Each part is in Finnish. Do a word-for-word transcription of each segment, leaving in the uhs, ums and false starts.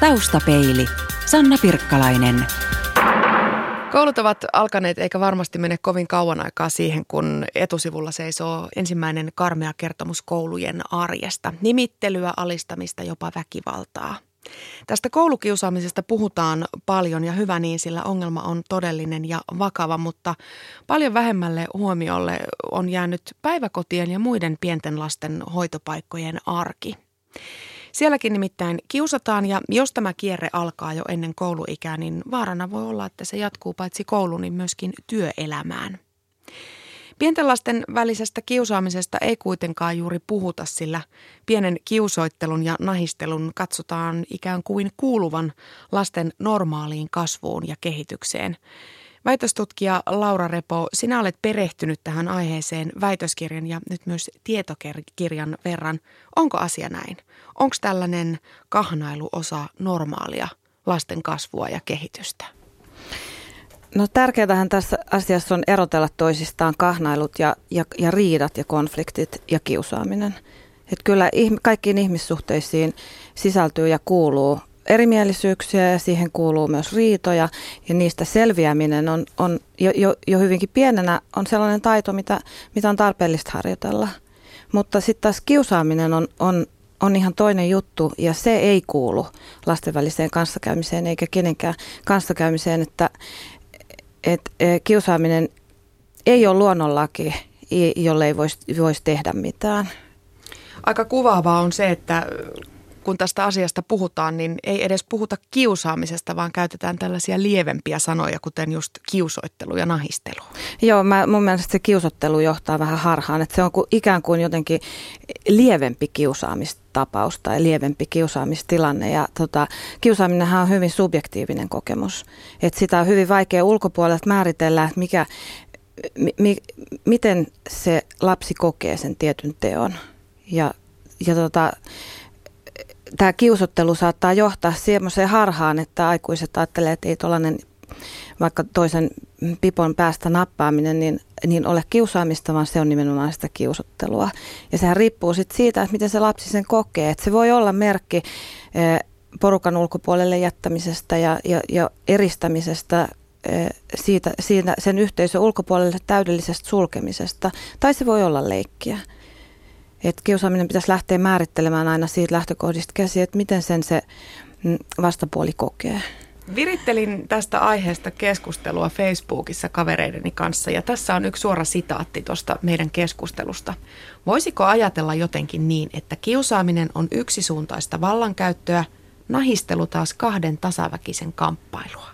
Taustapeili. Sanna Pirkkalainen. Koulut ovat alkaneet eikä varmasti mene kovin kauan aikaa siihen, kun etusivulla seisoo ensimmäinen karmea kertomus koulujen arjesta. Nimittelyä, alistamista, jopa väkivaltaa. Tästä koulukiusaamisesta puhutaan paljon ja hyvä niin, sillä ongelma on todellinen ja vakava, mutta paljon vähemmälle huomiolle on jäänyt päiväkotien ja muiden pienten lasten hoitopaikkojen arki. Sielläkin nimittäin kiusataan ja jos tämä kierre alkaa jo ennen kouluikää, niin vaarana voi olla, että se jatkuu paitsi kouluun, niin myöskin työelämään. Pienten lasten välisestä kiusaamisesta ei kuitenkaan juuri puhuta, sillä pienen kiusoittelun ja nahistelun katsotaan ikään kuin kuuluvan lasten normaaliin kasvuun ja kehitykseen. Väitöstutkija Laura Repo, sinä olet perehtynyt tähän aiheeseen väitöskirjan ja nyt myös tietokirjan verran. Onko asia näin? Onko tällainen kahnailu osa normaalia lasten kasvua ja kehitystä? No tärkeätähän tässä asiassa on erotella toisistaan kahnailut ja, ja, ja riidat ja konfliktit ja kiusaaminen. Et kyllä kaikkiin ihmissuhteisiin sisältyy ja kuuluu erimielisyyksiä ja siihen kuuluu myös riitoja ja niistä selviäminen on, on jo, jo, jo hyvinkin pienenä on sellainen taito, mitä, mitä on tarpeellista harjoitella. Mutta sitten taas kiusaaminen on, on, on ihan toinen juttu ja se ei kuulu lasten väliseen kanssakäymiseen eikä kenenkään kanssakäymiseen, että et, e, kiusaaminen ei ole luonnonlaki, jolle ei voisi vois tehdä mitään. Aika kuvaavaa on se, että kun tästä asiasta puhutaan, niin ei edes puhuta kiusaamisesta, vaan käytetään tällaisia lievempiä sanoja, kuten just kiusoittelu ja nahistelu. Joo, mä, mun mielestä se kiusottelu johtaa vähän harhaan, että se on kuin, ikään kuin jotenkin lievempi kiusaamistapaus tai lievempi kiusaamistilanne. Ja tota, kiusaaminenhan on hyvin subjektiivinen kokemus, että sitä on hyvin vaikea ulkopuolelta määritellä, että mikä, mi, miten se lapsi kokee sen tietyn teon. Ja, ja tota... Tämä kiusottelu saattaa johtaa semmoiseen harhaan, että aikuiset ajattelee, että ei tuollainen vaikka toisen pipon päästä nappaaminen, niin, niin ole kiusaamista, vaan se on nimenomaan sitä kiusottelua. Ja sehän riippuu sitten siitä, että miten se lapsi sen kokee. Että se voi olla merkki porukan ulkopuolelle jättämisestä ja, ja, ja eristämisestä, siitä, siitä, sen yhteisön ulkopuolelle täydellisestä sulkemisesta, tai se voi olla leikkiä. Että kiusaaminen pitäisi lähteä määrittelemään aina siitä lähtökohdista käsin, että miten sen se vastapuoli kokee. Virittelin tästä aiheesta keskustelua Facebookissa kavereideni kanssa ja tässä on yksi suora sitaatti tuosta meidän keskustelusta. Voisiko ajatella jotenkin niin, että kiusaaminen on yksisuuntaista vallankäyttöä, nahistelu taas kahden tasaväkisen kamppailua?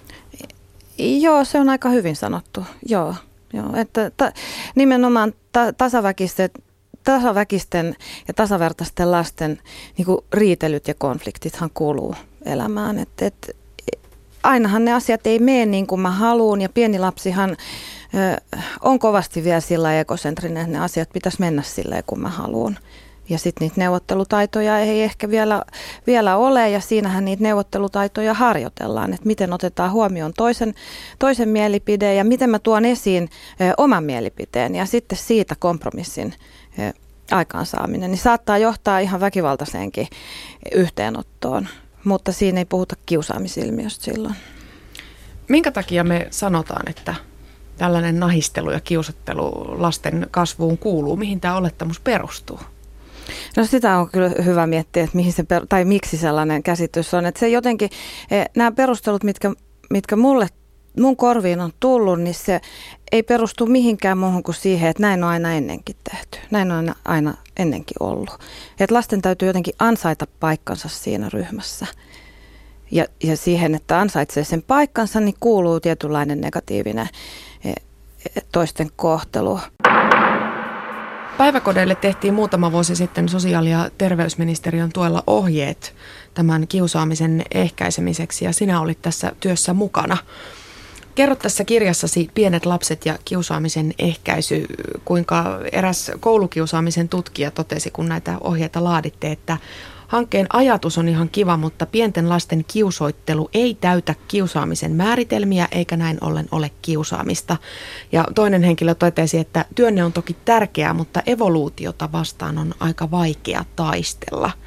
Joo, se on aika hyvin sanottu. Joo, joo että ta, nimenomaan ta, tasaväkiset Tasaväkisten ja tasavertaisten lasten niin kuin riitelyt ja konfliktithan kuuluu elämään. Et, et, ainahan ne asiat ei mene niin kuin mä haluun ja pieni lapsihan ö, on kovasti vielä sillä ekosentrinen, että ne asiat pitäisi mennä silleen kuin mä haluun. Ja sitten niitä neuvottelutaitoja ei ehkä vielä, vielä ole ja siinähän niitä neuvottelutaitoja harjoitellaan, että miten otetaan huomioon toisen, toisen mielipide ja miten mä tuon esiin ö, oman mielipiteen ja sitten siitä kompromissin aikaansaaminen, niin saattaa johtaa ihan väkivaltaiseenkin yhteenottoon, mutta siinä ei puhuta kiusaamisilmiöstä silloin. Minkä takia me sanotaan, että tällainen nahistelu ja kiusattelu lasten kasvuun kuuluu? Mihin tämä olettamus perustuu? No sitä on kyllä hyvä miettiä, että mihin se, tai miksi sellainen käsitys on. Että se jotenkin, nämä perustelut, mitkä, mitkä mulle mun korviin on tullut, niin se ei perustu mihinkään muuhun kuin siihen, että näin on aina ennenkin tehty. Näin on aina ennenkin ollut. Että lasten täytyy jotenkin ansaita paikkansa siinä ryhmässä. Ja, ja siihen, että ansaitsee sen paikkansa, niin kuuluu tietynlainen negatiivinen toisten kohtelu. Päiväkodeille tehtiin muutama vuosi sitten sosiaali- ja terveysministeriön tuella ohjeet tämän kiusaamisen ehkäisemiseksi ja sinä olit tässä työssä mukana. Kerro tässä kirjassasi Pienet lapset ja kiusaamisen ehkäisy, kuinka eräs koulukiusaamisen tutkija totesi, kun näitä ohjeita laaditte, että hankkeen ajatus on ihan kiva, mutta pienten lasten kiusoittelu ei täytä kiusaamisen määritelmiä eikä näin ollen ole kiusaamista. Ja toinen henkilö totesi, että työnne on toki tärkeää, mutta evoluutiota vastaan on aika vaikea taistella.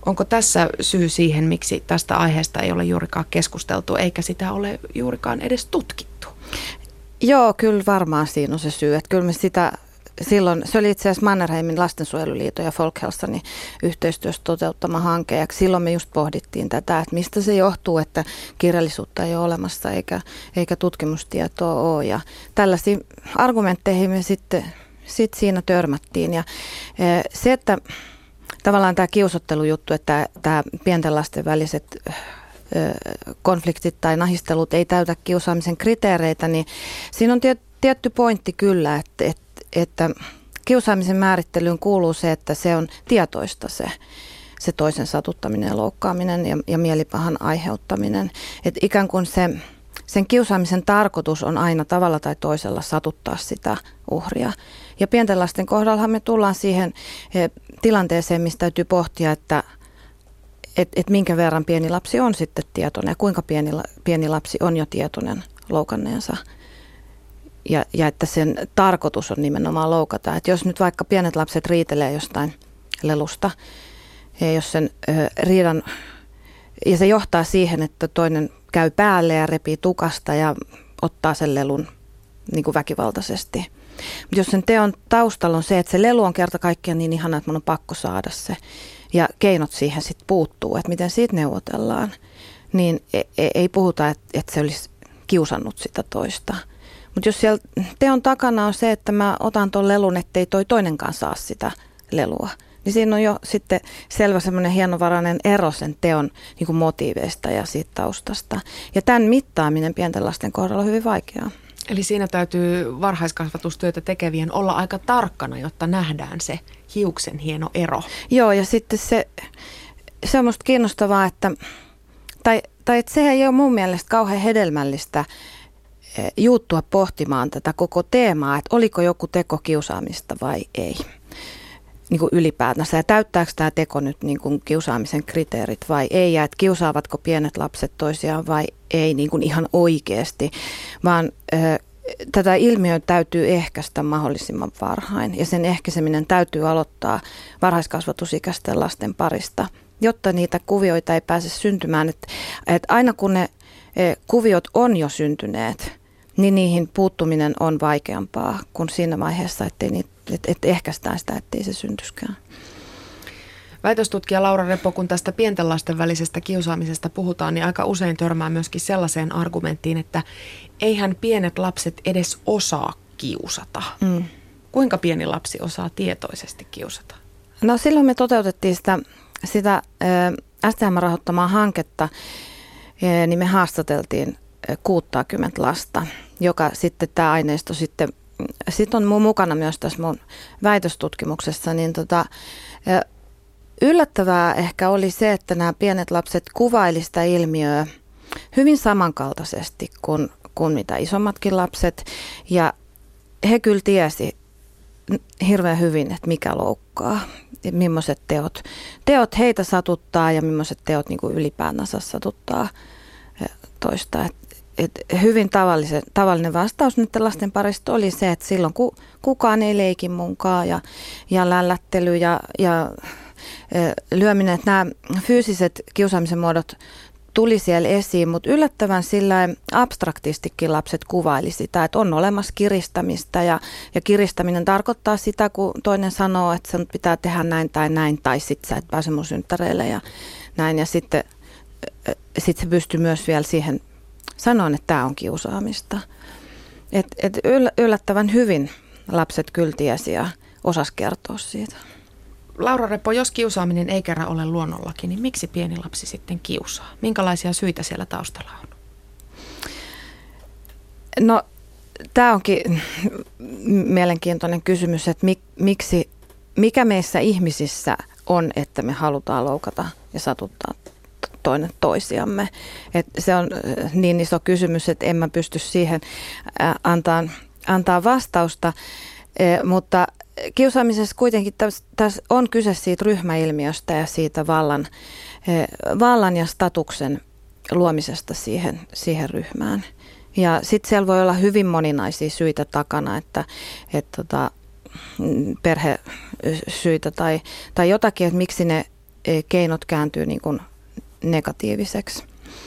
Onko tässä syy siihen, miksi tästä aiheesta ei ole juurikaan keskusteltu, eikä sitä ole juurikaan edes tutkittu? Joo, kyllä varmaan siinä on se syy. Että kyllä me sitä silloin, se oli itse asiassa Mannerheimin lastensuojeluliiton ja Folkhälsanin yhteistyössä toteuttama hanke. Ja silloin me just pohdittiin tätä, että mistä se johtuu, että kirjallisuutta ei ole olemassa eikä, eikä tutkimustietoa ole. Ja tällaisiin argumentteihin me sitten sit siinä törmättiin. Ja se, että tavallaan tämä kiusottelujuttu, että tämä pienten lasten väliset konfliktit tai nahistelut ei täytä kiusaamisen kriteereitä, niin siinä on tietty pointti kyllä, että, että, että kiusaamisen määrittelyyn kuuluu se, että se on tietoista se, se toisen satuttaminen ja loukkaaminen ja, ja mielipahan aiheuttaminen. Että ikään kuin se, sen kiusaamisen tarkoitus on aina tavalla tai toisella satuttaa sitä uhria. Ja pienten lasten kohdallahan me tullaan siihen tilanteeseen, mistä täytyy pohtia, että Että et minkä verran pieni lapsi on sitten tietoinen ja kuinka pieni, pieni lapsi on jo tietoinen loukanneensa. Ja, ja että sen tarkoitus on nimenomaan loukata. Että jos nyt vaikka pienet lapset riitelee jostain lelusta, ja jos sen ö, riidan, ja se johtaa siihen, että toinen käy päälle ja repii tukasta ja ottaa sen lelun niin kuin väkivaltaisesti. Mutta jos sen teon taustalla on se, että se lelu on kerta kaikkiaan niin ihana, että mun on pakko saada se, ja keinot siihen sitten puuttuu, että miten siitä neuvotellaan, niin ei puhuta, että se olisi kiusannut sitä toista. Mutta jos siellä teon takana on se, että mä otan tuon lelun, ettei toi toinenkaan saa sitä lelua, niin siinä on jo sitten selvä semmoinen hienovarainen ero sen teon niin kuin motiiveista ja siitä taustasta. Ja tämän mittaaminen pienten lasten kohdalla on hyvin vaikeaa. Eli siinä täytyy varhaiskasvatustyötä tekevien olla aika tarkkana, jotta nähdään se hiuksen hieno ero. Joo, ja sitten se, se on musta kiinnostavaa, että, tai, tai että sehän ei ole mun mielestä kauhean hedelmällistä juuttua pohtimaan tätä koko teemaa, että oliko joku teko kiusaamista vai ei, niin kuin ylipäätänsä. Ja täyttääkö tämä teko nyt niin kuin kiusaamisen kriteerit vai ei, ja että kiusaavatko pienet lapset toisiaan vai ei niin kuin ihan oikeasti, vaan ö, tätä ilmiöä täytyy ehkäistä mahdollisimman varhain, ja sen ehkäiseminen täytyy aloittaa varhaiskasvatusikäisten lasten parista, jotta niitä kuvioita ei pääse syntymään. Että, että aina kun ne e, kuviot on jo syntyneet, niin niihin puuttuminen on vaikeampaa kuin siinä vaiheessa, ettei niitä, että, että ehkäistään sitä, ettei se syntyskään. Väitöstutkija Laura Repo, kun tästä pienten lasten välisestä kiusaamisesta puhutaan, niin aika usein törmää myöskin sellaiseen argumenttiin, että eihän pienet lapset edes osaa kiusata. Mm. Kuinka pieni lapsi osaa tietoisesti kiusata? No silloin me toteutettiin sitä, sitä S T M rahoittamaa hanketta, niin me haastateltiin kuusikymmentä lasta, joka sitten tämä aineisto sitten, sit on mun mukana myös tässä mun väitöstutkimuksessa, niin tota, yllättävää ehkä oli se, että nämä pienet lapset kuvaili sitä ilmiöä hyvin samankaltaisesti kuin, kuin mitä isommatkin lapset. Ja he kyllä tiesi hirveän hyvin, että mikä loukkaa, että millaiset teot, teot heitä satuttaa ja millaiset teot niin kuin ylipäätänsä satuttaa toista. Et, et hyvin tavallinen, tavallinen vastaus niiden lasten parista oli se, että silloin kun kukaan ei leiki munkaan ja, ja lällättely ja, ja lyöminen, että nämä fyysiset kiusaamisen muodot tuli siellä esiin, mutta yllättävän sillä abstraktistikin lapset kuvaili sitä, että on olemassa kiristämistä ja, ja kiristäminen tarkoittaa sitä, kun toinen sanoo, että sen pitää tehdä näin tai näin tai sitten sä et pääse mun synttäreille ja näin ja sitten sit se pystyy myös vielä siihen sanoen, että tämä on kiusaamista. Et, et yllättävän hyvin lapset kyllä tiesi ja osasi kertoa siitä. Laura Repo, jos kiusaaminen ei kerran ole luonnollakin, niin miksi pieni lapsi sitten kiusaa? Minkälaisia syitä siellä taustalla on? No, tämä onkin mielenkiintoinen kysymys, että mik, miksi, mikä meissä ihmisissä on, että me halutaan loukata ja satuttaa toinen toisiamme. Et se on niin iso kysymys, että en mä pysty siihen antaa, antaa vastausta, e, mutta kiusaamisessa kuitenkin tässä, tässä on kyse siitä ryhmäilmiöstä ja siitä vallan, vallan ja statuksen luomisesta siihen, siihen ryhmään. Ja sitten siellä voi olla hyvin moninaisia syitä takana, että, että tota, perhesyitä tai, tai jotakin, että miksi ne keinot kääntyy niin kuin negatiiviseksi.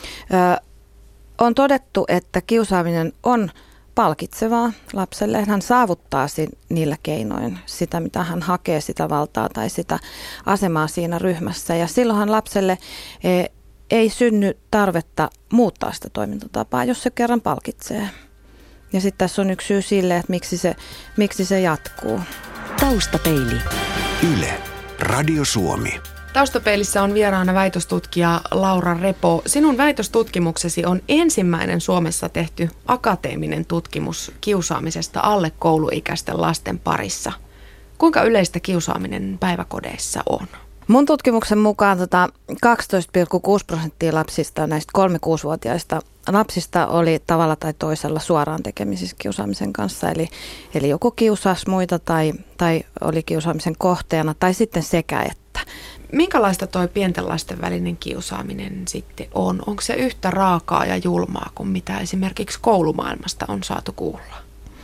On todettu, että kiusaaminen on palkitsevaa lapselle. Hän saavuttaa niillä keinoin sitä, mitä hän hakee, sitä valtaa tai sitä asemaa siinä ryhmässä. Ja silloinhan lapselle ei synny tarvetta muuttaa sitä toimintatapaa, jos se kerran palkitsee. Ja sitten tässä on yksi syy sille, että miksi se, miksi se jatkuu. Taustapeili. Yle. Radio Suomi. Taustapeilissä on vieraana väitöstutkija Laura Repo. Sinun väitöstutkimuksesi on ensimmäinen Suomessa tehty akateeminen tutkimus kiusaamisesta alle kouluikäisten lasten parissa. Kuinka yleistä kiusaaminen päiväkodeissa on? Mun tutkimuksen mukaan tota kaksitoista pilkku kuusi prosenttia lapsista, näistä kolme-kuusivuotiaista lapsista oli tavalla tai toisella suoraan tekemisissä kiusaamisen kanssa. Eli, eli joku kiusasi muita tai, tai oli kiusaamisen kohteena tai sitten sekä että. Minkälaista toi pienten lasten välinen kiusaaminen sitten on? Onko se yhtä raakaa ja julmaa kuin mitä esimerkiksi koulumaailmasta on saatu kuulla?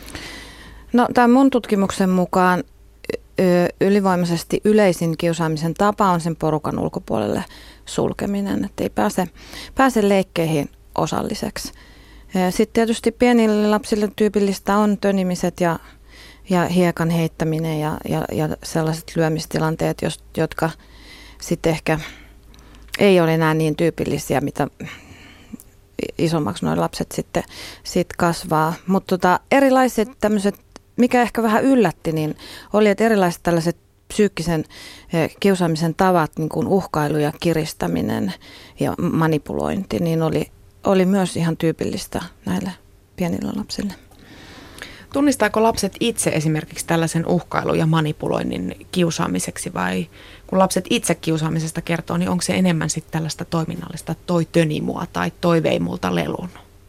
No tämän mun tutkimuksen mukaan ylivoimaisesti yleisin kiusaamisen tapa on sen porukan ulkopuolelle sulkeminen, että ei pääse, pääse leikkeihin osalliseksi. Sitten tietysti pienille lapsille tyypillistä on tönimiset ja, ja hiekan heittäminen ja, ja, ja sellaiset lyömistilanteet, jotka sitten ehkä ei ole enää niin tyypillisiä, mitä isommaksi nuo lapset sitten sit kasvaa. Mutta tota, erilaiset tämmöiset, mikä ehkä vähän yllätti, niin oli, että erilaiset tällaiset psyykkisen kiusaamisen tavat, niin kuin uhkailu ja kiristäminen ja manipulointi, niin oli, oli myös ihan tyypillistä näille pienille lapsille. Tunnistaako lapset itse esimerkiksi tällaisen uhkailu- ja manipuloinnin kiusaamiseksi vai kun lapset itse kiusaamisesta kertoo, niin onko se enemmän sitten tällaista toiminnallista, toi töni mua tai toi vei multa lelun?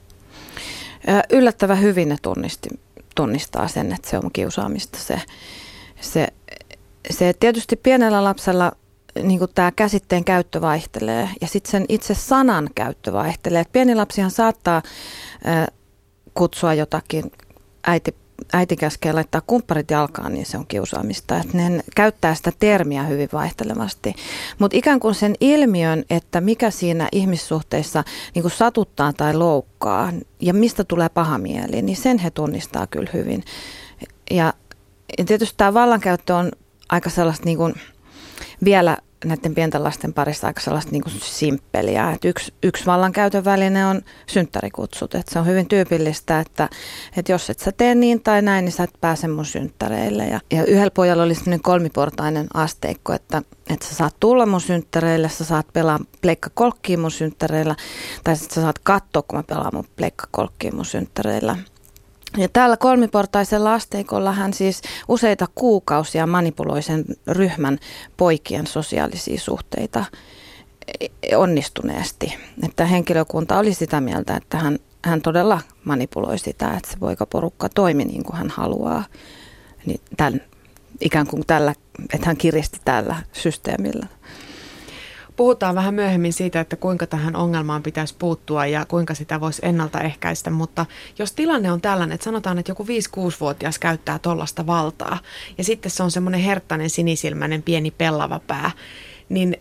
Yllättävän hyvin ne tunnisti, tunnistaa sen, että se on kiusaamista. Se, se, se tietysti pienellä lapsella niin kuin tämä käsitteen käyttö vaihtelee ja sitten sen itse sanan käyttö vaihtelee. Et pieni lapsihan saattaa äh, kutsua jotakin, äiti, äiti käskee laittaa kumpparit jalkaan, niin se on kiusaamista. Et ne käyttää sitä termiä hyvin vaihtelevasti. Mutta ikään kuin sen ilmiön, että mikä siinä ihmissuhteissa niin kuin satuttaa tai loukkaa ja mistä tulee paha mieli, niin sen he tunnistaa kyllä hyvin. Ja tietysti tämä vallankäyttö on aika sellaista niin kuin vielä näiden pienten lasten parissa aika sellaista niin kuin simppeliä. Et yksi, yksi vallankäytön väline on synttärikutsut. Et se on hyvin tyypillistä, että, että jos et sä tee niin tai näin, niin sä et pääse mun synttäreille. Ja, ja yhdellä pojalla oli sellainen kolmiportainen asteikko, että, että sä saat tulla mun synttäreille, sä saat pelaa pleikkakolkkiin mun synttäreillä, tai sitten sä saat katsoa, kun mä pelaan mun pleikkakolkkiin mun synttäreillä. Ja tällä kolmiportaisella asteikolla hän siis useita kuukausia manipuloi sen ryhmän poikien sosiaalisia suhteita onnistuneesti. Että henkilökunta oli sitä mieltä, että hän, hän todella manipuloi sitä, että se poikaporukka toimi niin kuin hän haluaa. Niin tämän, ikään kuin tällä, että hän kiristi tällä systeemillä. Puhutaan vähän myöhemmin siitä, että kuinka tähän ongelmaan pitäisi puuttua ja kuinka sitä voisi ennaltaehkäistä, mutta jos tilanne on tällainen, että sanotaan, että joku viisi-kuusivuotias käyttää tollaista valtaa ja sitten se on semmoinen herttainen sinisilmäinen pieni pellava pää, niin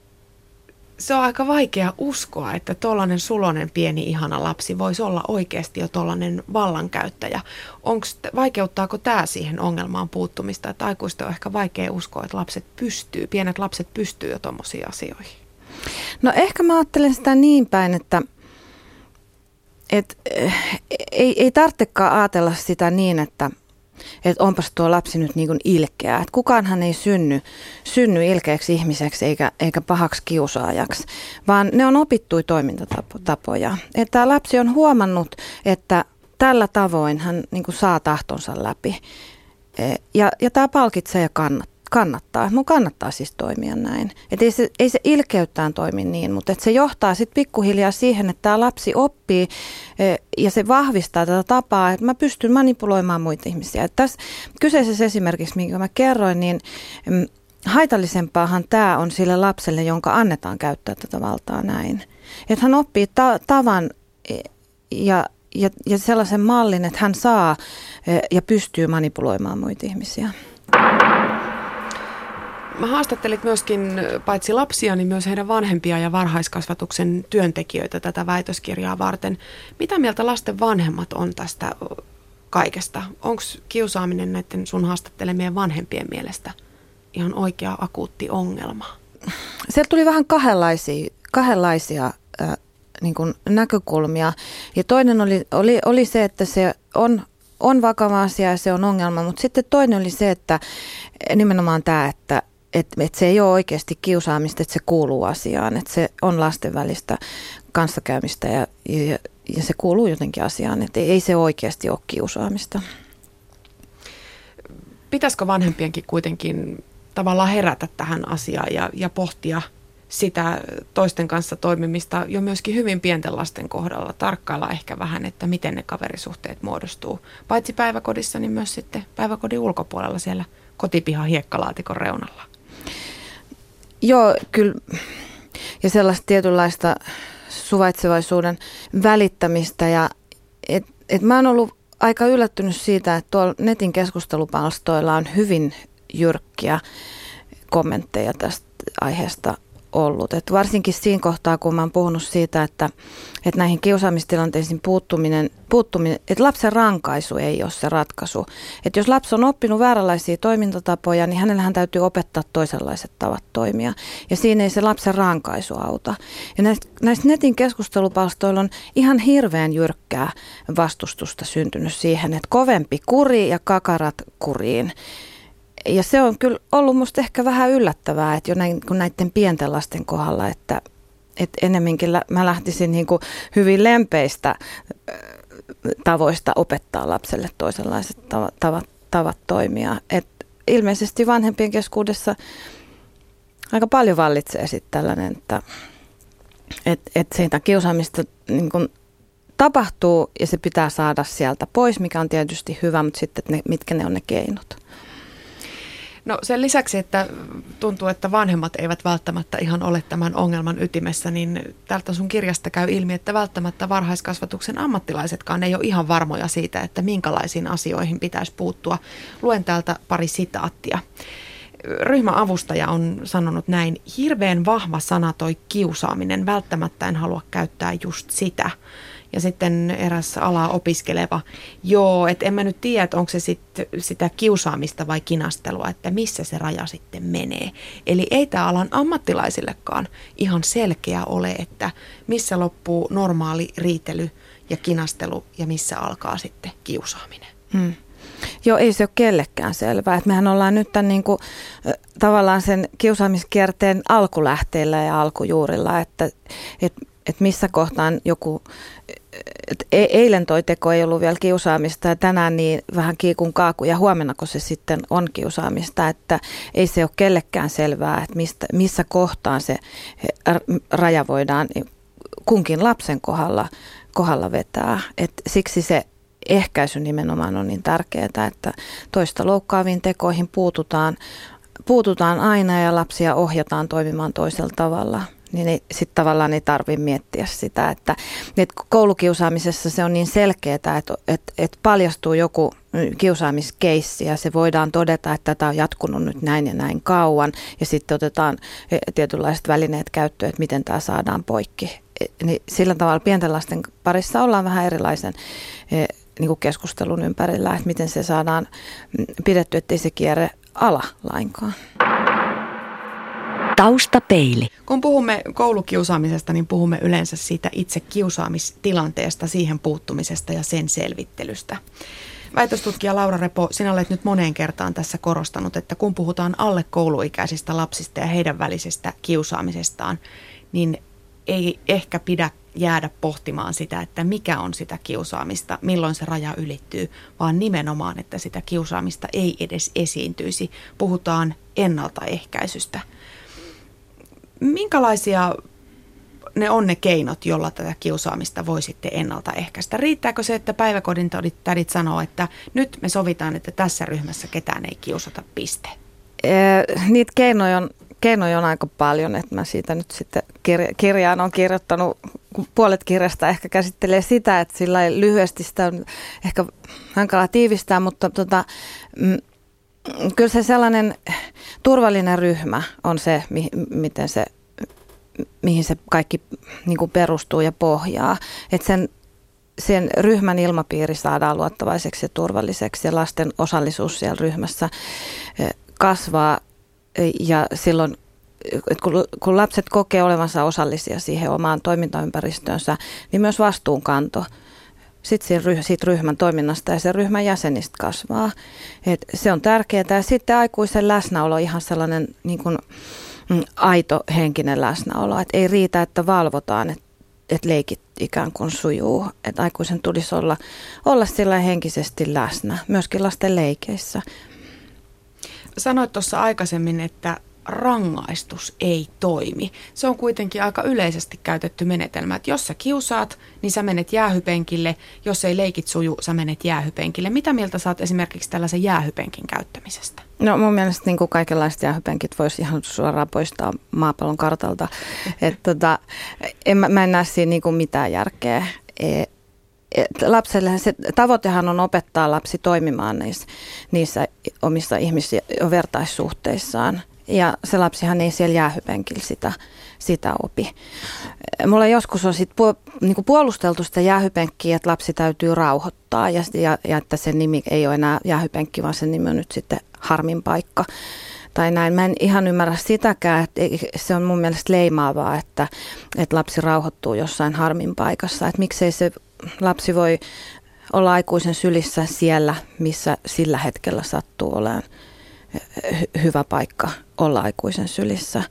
se on aika vaikea uskoa, että tollainen sulonen pieni ihana lapsi voisi olla oikeasti jo tollainen vallankäyttäjä. Onks, vaikeuttaako tämä siihen ongelmaan puuttumista, että aikuisten on ehkä vaikea uskoa, että lapset pystyy, pienet lapset pystyy jo tommosiin asioihin? No ehkä mä ajattelen sitä niin päin, että et, ei, ei tarvitsekaan ajatella sitä niin, että että onpas tuo lapsi nyt niin kuin ilkeä. Että kukaanhan ei synny, synny ilkeäksi ihmiseksi eikä, eikä pahaksi kiusaajaksi, vaan ne on opittuja toimintatapoja. Että tämä lapsi on huomannut, että tällä tavoin hän niin kuin saa tahtonsa läpi. Ja, ja tämä palkitsee ja kannattaa. kannattaa. Mun kannattaa siis toimia näin. Et ei, se, ei se ilkeyttään toimi niin, mutta et se johtaa sitten pikkuhiljaa siihen, että tämä lapsi oppii e, ja se vahvistaa tätä tapaa, että mä pystyn manipuloimaan muita ihmisiä. Et tässä kyseisessä esimerkiksi, minkä mä kerroin, niin m, haitallisempaahan tämä on sille lapselle, jonka annetaan käyttää tätä valtaa näin. Että hän oppii ta- tavan ja, ja, ja sellaisen mallin, että hän saa e, ja pystyy manipuloimaan muita ihmisiä. Mä haastattelit myöskin paitsi lapsia, niin myös heidän vanhempia ja varhaiskasvatuksen työntekijöitä tätä väitöskirjaa varten. Mitä mieltä lasten vanhemmat on tästä kaikesta? Onko kiusaaminen näiden sun haastattelemien vanhempien mielestä ihan oikea akuutti ongelma? Sieltä tuli vähän kahdenlaisia, kahdenlaisia äh, niin kuin näkökulmia. Ja toinen oli, oli, oli se, että se on, on vakava asia ja se on ongelma, mutta sitten toinen oli se, että nimenomaan tämä, että Että et se ei ole oikeasti kiusaamista, että se kuuluu asiaan, että se on lasten välistä kanssakäymistä ja, ja, ja se kuuluu jotenkin asiaan, että ei se oikeasti ole kiusaamista. Pitäisikö vanhempienkin kuitenkin tavallaan herätä tähän asiaan ja, ja pohtia sitä toisten kanssa toimimista jo myöskin hyvin pienten lasten kohdalla, tarkkailla ehkä vähän, että miten ne kaverisuhteet muodostuu, paitsi päiväkodissa, niin myös sitten päiväkodin ulkopuolella siellä kotipihan hiekkalaatikon reunalla. Joo, kyllä. Ja sellaista tietynlaista suvaitsevaisuuden välittämistä. Ja et, et mä oon ollut aika yllättynyt siitä, että tuolla netin keskustelupalstoilla on hyvin jyrkkiä kommentteja tästä aiheesta ollut. Et varsinkin siinä kohtaa, kun mä oon puhunut siitä, että, että näihin kiusaamistilanteisiin puuttuminen, puuttuminen, että lapsen rankaisu ei ole se ratkaisu. Että jos lapsi on oppinut vääränlaisia toimintatapoja, niin hänellähän täytyy opettaa toisenlaiset tavat toimia. Ja siinä ei se lapsen rankaisu auta. Ja näistä, näistä netin keskustelupalstoilla on ihan hirveän jyrkkää vastustusta syntynyt siihen, että kovempi kuri ja kakarat kuriin. Ja se on kyllä ollut musta ehkä vähän yllättävää, että jo näin, kun näiden pienten lasten kohdalla, että, että ennemminkin mä lähtisin niin kuin hyvin lempeistä tavoista opettaa lapselle toisenlaiset tavat, tavat, tavat toimia. Et ilmeisesti vanhempien keskuudessa aika paljon vallitsee sitten tällainen, että et, et siitä kiusaamista niin kuin tapahtuu ja se pitää saada sieltä pois, mikä on tietysti hyvä, mutta sitten ne, mitkä ne on ne keinot. No sen lisäksi, että tuntuu, että vanhemmat eivät välttämättä ihan ole tämän ongelman ytimessä, niin täältä sun kirjasta käy ilmi, että välttämättä varhaiskasvatuksen ammattilaisetkaan ei ole ihan varmoja siitä, että minkälaisiin asioihin pitäisi puuttua. Luen täältä pari sitaattia. Ryhmäavustaja on sanonut näin: hirveän vahva sana toi kiusaaminen, välttämättä en halua käyttää just sitä. Ja sitten eräs alaa opiskeleva, joo, että en mä nyt tiedä, että onko se sit sitä kiusaamista vai kinastelua, että missä se raja sitten menee. Eli ei tämä alan ammattilaisillekaan ihan selkeä ole, että missä loppuu normaali riitely ja kinastelu ja missä alkaa sitten kiusaaminen. Hmm. Joo, ei se ole kellekään selvää. Että mehän ollaan nyt tämän niin kuin, tavallaan sen kiusaamiskierteen alkulähteillä ja alkujuurilla, että, että että missä kohtaan joku, että eilen toi teko ei ollut vielä kiusaamista ja tänään niin vähän kiikun kaaku ja huomennako se sitten on kiusaamista, että ei se ole kellekään selvää, että mistä, missä kohtaan se raja voidaan kunkin lapsen kohdalla, kohdalla vetää. Et siksi se ehkäisy nimenomaan on niin tärkeää, että toista loukkaaviin tekoihin puututaan, puututaan aina ja lapsia ohjataan toimimaan toisella tavalla. Niin sitten tavallaan ei tarvitse miettiä sitä, että, että koulukiusaamisessa se on niin selkeää, että, että, että paljastuu joku kiusaamiskeissi ja se voidaan todeta, että tätä on jatkunut nyt näin ja näin kauan ja sitten otetaan tietynlaiset välineet käyttöön, että miten tämä saadaan poikki. Niin sillä tavalla pienten lasten parissa ollaan vähän erilaisen niin kuin keskustelun ympärillä, että miten se saadaan pidetty, ettei se kierre ala lainkaan. Taustapeili. Kun puhumme koulukiusaamisesta, niin puhumme yleensä siitä itse kiusaamistilanteesta, siihen puuttumisesta ja sen selvittelystä. Väitöstutkija Laura Repo, sinä olet nyt moneen kertaan tässä korostanut, että kun puhutaan alle kouluikäisistä lapsista ja heidän välisestä kiusaamisestaan, niin ei ehkä pidä jäädä pohtimaan sitä, että mikä on sitä kiusaamista, milloin se raja ylittyy, vaan nimenomaan, että sitä kiusaamista ei edes esiintyisi. Puhutaan ennaltaehkäisystä. Minkälaisia ne on ne keinot, jolla tätä kiusaamista voi sitten ennaltaehkäistä? Riittääkö se, että päiväkodin tädit sanoo, että nyt me sovitaan, että tässä ryhmässä ketään ei kiusata, piste? Niitä keinoja on, keinoja on aika paljon, että mä siitä nyt sitten kirja, kirjaan on kirjoittanut, puolet kirjasta ehkä käsittelee sitä, että sillä lyhyesti sitä on ehkä hankala tiivistää, mutta tota, Kyllä se sellainen turvallinen ryhmä on se, mi- miten se, mihin se kaikki niin kuin perustuu ja pohjaa. Että sen, sen ryhmän ilmapiiri saadaan luottavaiseksi ja turvalliseksi ja lasten osallisuus siellä ryhmässä kasvaa ja silloin että kun, kun lapset kokee olevansa osallisia siihen omaan toimintaympäristöönsä, niin myös vastuunkanto sitten siitä ryhmän toiminnasta ja sen ryhmän jäsenistä kasvaa. Et se on tärkeää. Ja sitten aikuisen läsnäolo ihan sellainen niin kuin, mm, aito henkinen läsnäolo. Et ei riitä, että valvotaan, että et leikit ikään kuin sujuu. Et aikuisen tulisi olla, olla sillä henkisesti läsnä, myöskin lasten leikeissä. Sanoit tuossa aikaisemmin, että rangaistus ei toimi. Se on kuitenkin aika yleisesti käytetty menetelmä, että jos sä kiusaat, niin sä menet jäähypenkille, jos ei leikit suju, sä menet jäähypenkille. Mitä mieltä sä oot esimerkiksi tällaisen jäähypenkin käyttämisestä? No mun mielestä niin kuin kaikenlaiset jäähypenkit voisi ihan suoraan poistaa maapallon kartalta. Et, tota, en, mä en näe siinä niin kuin mitään järkeä. E- Lapselle se tavoitehan on opettaa lapsi toimimaan niissä, niissä omissa ihmis- ja vertaissuhteissaan. Ja se lapsihan ei siellä jäähypenkillä sitä, sitä opi. Mulla joskus on sit pu, niinku puolusteltu sitä jäähypenkkiä, että lapsi täytyy rauhoittaa ja, ja, ja että sen nimi ei ole enää jäähypenkki, vaan sen nimi on nyt sitten harmin paikka. Tai näin. Mä en ihan ymmärrä sitäkään, että se on mun mielestä leimaavaa, että, että lapsi rauhoittuu jossain harmin paikassa. Että miksei se lapsi voi olla aikuisen sylissä siellä, missä sillä hetkellä sattuu olemaan hyvä paikka olla aikuisen sylissä.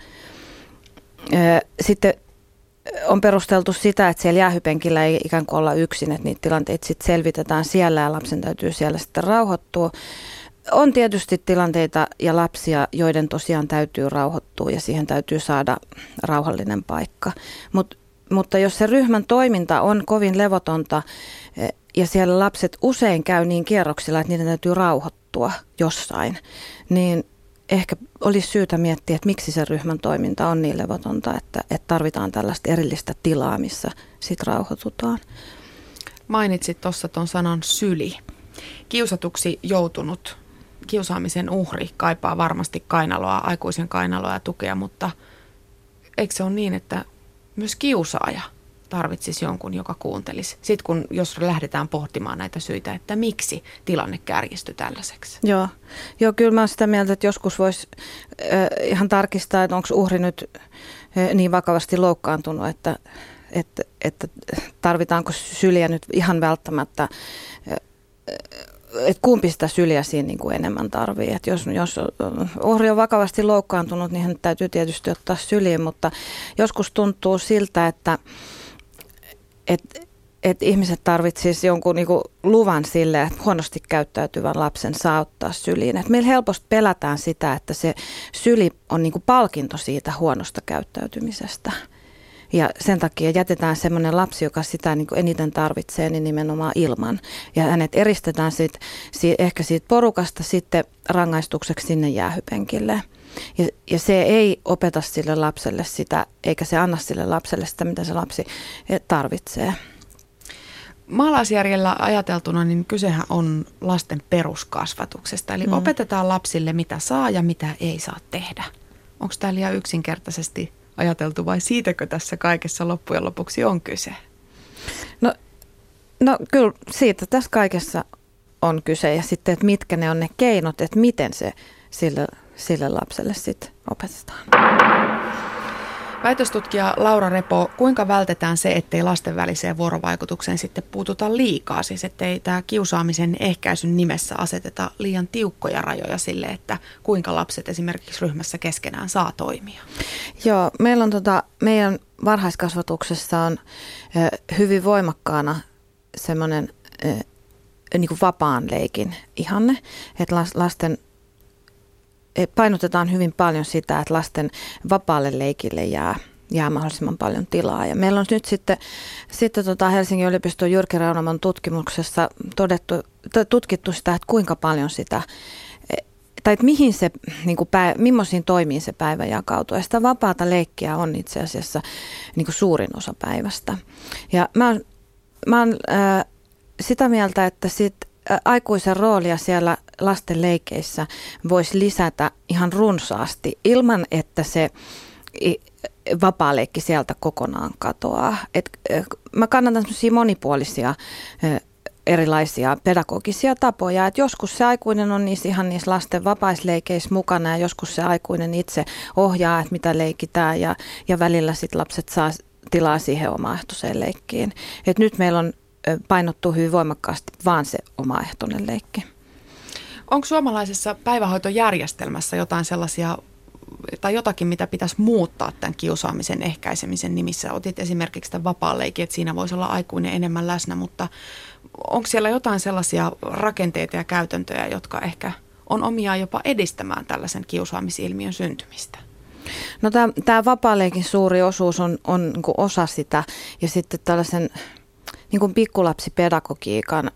Sitten on perusteltu sitä, että siellä jäähypenkillä ei ikään kuin olla yksin, että niitä tilanteita sitten selvitetään siellä ja lapsen täytyy siellä sitten rauhoittua. On tietysti tilanteita ja lapsia, joiden tosiaan täytyy rauhoittua ja siihen täytyy saada rauhallinen paikka. Mut, mutta jos se ryhmän toiminta on kovin levotonta ja siellä lapset usein käy niin kierroksilla, että niiden täytyy rauhoittua jossain, niin ehkä olisi syytä miettiä, että miksi se ryhmän toiminta on niin levotonta, että, että tarvitaan tällaista erillistä tilaa, missä sitten rauhoitutaan. Mainitsit tuossa tuon sanan syli. Kiusatuksi joutunut kiusaamisen uhri kaipaa varmasti kainaloa, aikuisen kainaloa ja tukea, mutta eikö se ole niin, että myös kiusaaja tarvitsisi jonkun, joka kuuntelisi? Sitten kun, jos lähdetään pohtimaan näitä syitä, että miksi tilanne kärjistyi tällaiseksi. Joo, Joo kyllä mä olen sitä mieltä, että joskus voisi äh, ihan tarkistaa, että onko uhri nyt äh, niin vakavasti loukkaantunut, että, että, että tarvitaanko syliä nyt ihan välttämättä, äh, että kumpi sitä syliä siinä niin kuin enemmän tarvii. Että jos, jos uhri on vakavasti loukkaantunut, niin hän täytyy tietysti ottaa syliin, mutta joskus tuntuu siltä, että Että et ihmiset tarvitsisivat jonkun niinku luvan sille, että huonosti käyttäytyvän lapsen saa ottaa syliin. Et meillä helposti pelätään sitä, että se syli on niinku palkinto siitä huonosta käyttäytymisestä. Ja sen takia jätetään semmoinen lapsi, joka sitä niinku eniten tarvitsee, niin nimenomaan ilman. Ja hänet eristetään siitä, siitä, ehkä siitä porukasta sitten rangaistukseksi sinne jäähypenkille. Ja, ja se ei opeta sille lapselle sitä, eikä se anna sille lapselle sitä, mitä se lapsi tarvitsee. Maalaisjärjellä ajateltuna, niin kysehän on lasten peruskasvatuksesta. Eli mm. opetetaan lapsille, mitä saa ja mitä ei saa tehdä. Onko tämä liian yksinkertaisesti ajateltu vai siitäkö tässä kaikessa loppujen lopuksi on kyse? No, no kyllä siitä tässä kaikessa on kyse. Ja sitten, että mitkä ne on ne keinot, että miten se sille sille lapselle sitten opetetaan. Väitöstutkija Laura Repo, kuinka vältetään se, ettei lasten väliseen vuorovaikutukseen sitten puututa liikaa? Siis ettei tämä kiusaamisen ehkäisyn nimessä aseteta liian tiukkoja rajoja sille, että kuinka lapset esimerkiksi ryhmässä keskenään saa toimia? Joo, meillä on tota, meidän varhaiskasvatuksessa on ö, hyvin voimakkaana semmoinen ö, niin kuin vapaan leikin ihanne, että lasten painotetaan hyvin paljon sitä, että lasten vapaalle leikille jää, jää mahdollisimman paljon tilaa. Ja meillä on nyt sitten, sitten tota Helsingin yliopiston Jyrki Reunamon tutkimuksessa todettu, tutkittu sitä, että kuinka paljon sitä, tai että mihin se, niin kuin päivä, millaisiin toimiin se päivä jakautuu. Ja sitä vapaata leikkiä on itse asiassa niin kuin suurin osa päivästä. Ja mä oon, mä oon äh, sitä mieltä, että sit, äh, aikuisen roolia siellä lasten leikeissä voisi lisätä ihan runsaasti ilman, että se vapaa-leikki sieltä kokonaan katoaa. Et, mä kannatan semmoisia monipuolisia erilaisia pedagogisia tapoja, että joskus se aikuinen on niissä ihan niissä lasten vapaisleikeissä mukana ja joskus se aikuinen itse ohjaa, että mitä leikitään ja, ja välillä sit lapset saa tilaa siihen omaehtoiseen leikkiin. Et nyt meillä on painottu hyvin voimakkaasti vaan se omaehtoinen leikki. Onko suomalaisessa päivähoitojärjestelmässä jotain sellaisia tai jotakin, mitä pitäisi muuttaa tämän kiusaamisen ehkäisemisen nimissä? Otit esimerkiksi tämän vapaan leikin, että siinä voisi olla aikuinen enemmän läsnä, mutta onko siellä jotain sellaisia rakenteita ja käytäntöjä, jotka ehkä on omiaan jopa edistämään tällaisen kiusaamisilmiön syntymistä? No tämä vapaa-leikin suuri osuus on, on niin kuin osa sitä ja sitten tällaisen niin kuin pikkulapsipedagogiikan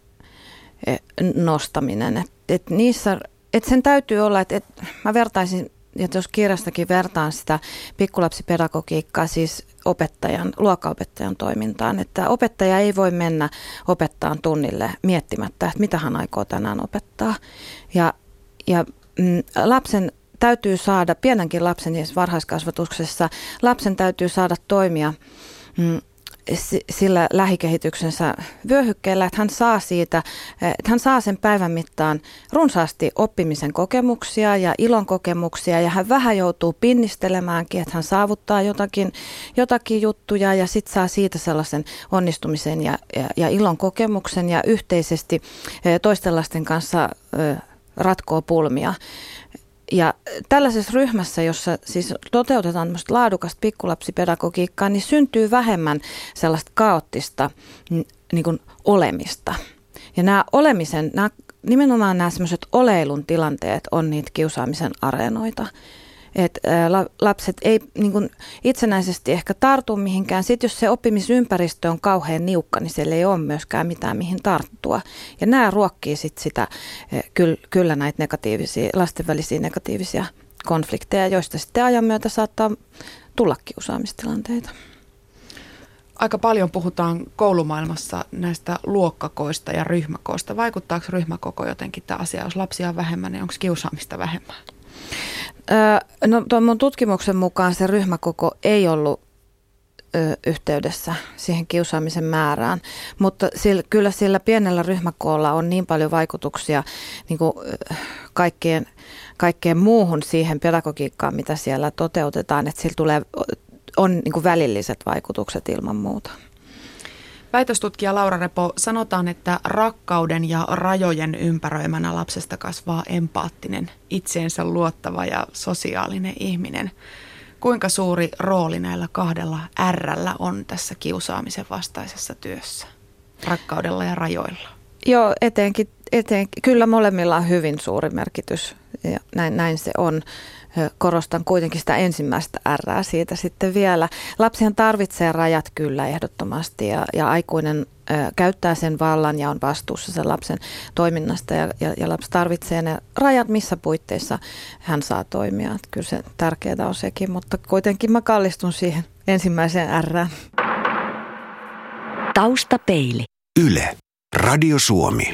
nostaminen. Et, et niissä, et sen täytyy olla, että et, mä vertaisin, että jos kirjastakin vertaan sitä pikkulapsipedagogiikkaa siis opettajan, luokkaopettajan toimintaan, että opettaja ei voi mennä opettajan tunnille miettimättä, että mitä hän aikoo tänään opettaa. Ja, ja mm, lapsen täytyy saada, pienenkin lapsen varhaiskasvatuksessa, lapsen täytyy saada toimia mm, sillä lähikehityksensä vyöhykkeellä, että hän saa siitä, että hän saa sen päivän mittaan runsaasti oppimisen kokemuksia ja ilon kokemuksia ja hän vähän joutuu pinnistelemäänkin, että hän saavuttaa jotakin, jotakin juttuja ja sitten saa siitä sellaisen onnistumisen ja, ja, ja ilon kokemuksen ja yhteisesti toisten lasten kanssa ratkoo pulmia. Ja tällaisessa ryhmässä, jossa siis toteutetaan tämmöistä laadukasta pikkulapsipedagogiikkaa, niin syntyy vähemmän sellaista kaoottista niin kuin olemista. Ja nämä olemisen, nämä, nimenomaan nämä semmoiset oleilun tilanteet on niitä kiusaamisen areenoita. Että lapset ei niin kuin itsenäisesti ehkä tartu mihinkään. Sitten jos se oppimisympäristö on kauhean niukka, niin siellä ei ole myöskään mitään mihin tarttua. Ja nämä ruokkii sitten sitä, kyllä näitä negatiivisia, lasten välisiä negatiivisia konflikteja, joista sitten ajan myötä saattaa tulla kiusaamistilanteita. Aika paljon puhutaan koulumaailmassa näistä luokkakoista ja ryhmäkoista. Vaikuttaako ryhmäkoko jotenkin tämä asia? Jos lapsia on vähemmän, niin onko kiusaamista vähemmän? No tuon mun tutkimuksen mukaan se ryhmäkoko ei ollut ö, yhteydessä siihen kiusaamisen määrään, mutta sillä, kyllä sillä pienellä ryhmäkoolla on niin paljon vaikutuksia niin kuin, kaikkeen, kaikkeen muuhun siihen pedagogiikkaan, mitä siellä toteutetaan, että sillä tulee, on niin kuin välilliset vaikutukset ilman muuta. Väitöstutkija Laura Repo, sanotaan, että rakkauden ja rajojen ympäröimänä lapsesta kasvaa empaattinen, itseensä luottava ja sosiaalinen ihminen. Kuinka suuri rooli näillä kahdella R:llä on tässä kiusaamisen vastaisessa työssä, rakkaudella ja rajoilla? Joo, etenkin, etenkin kyllä molemmilla on hyvin suuri merkitys ja näin, näin se on. Korostan kuitenkin sitä ensimmäistä R:ää siitä sitten vielä. Lapsihan tarvitsee rajat kyllä ehdottomasti ja, ja aikuinen ö, käyttää sen vallan ja on vastuussa sen lapsen toiminnasta ja, ja, ja lapsi tarvitsee ne rajat, missä puitteissa hän saa toimia. Että kyllä se tärkeää on sekin, mutta kuitenkin mä kallistun siihen ensimmäiseen R:ään. Taustapeili. Yle, Radio Suomi.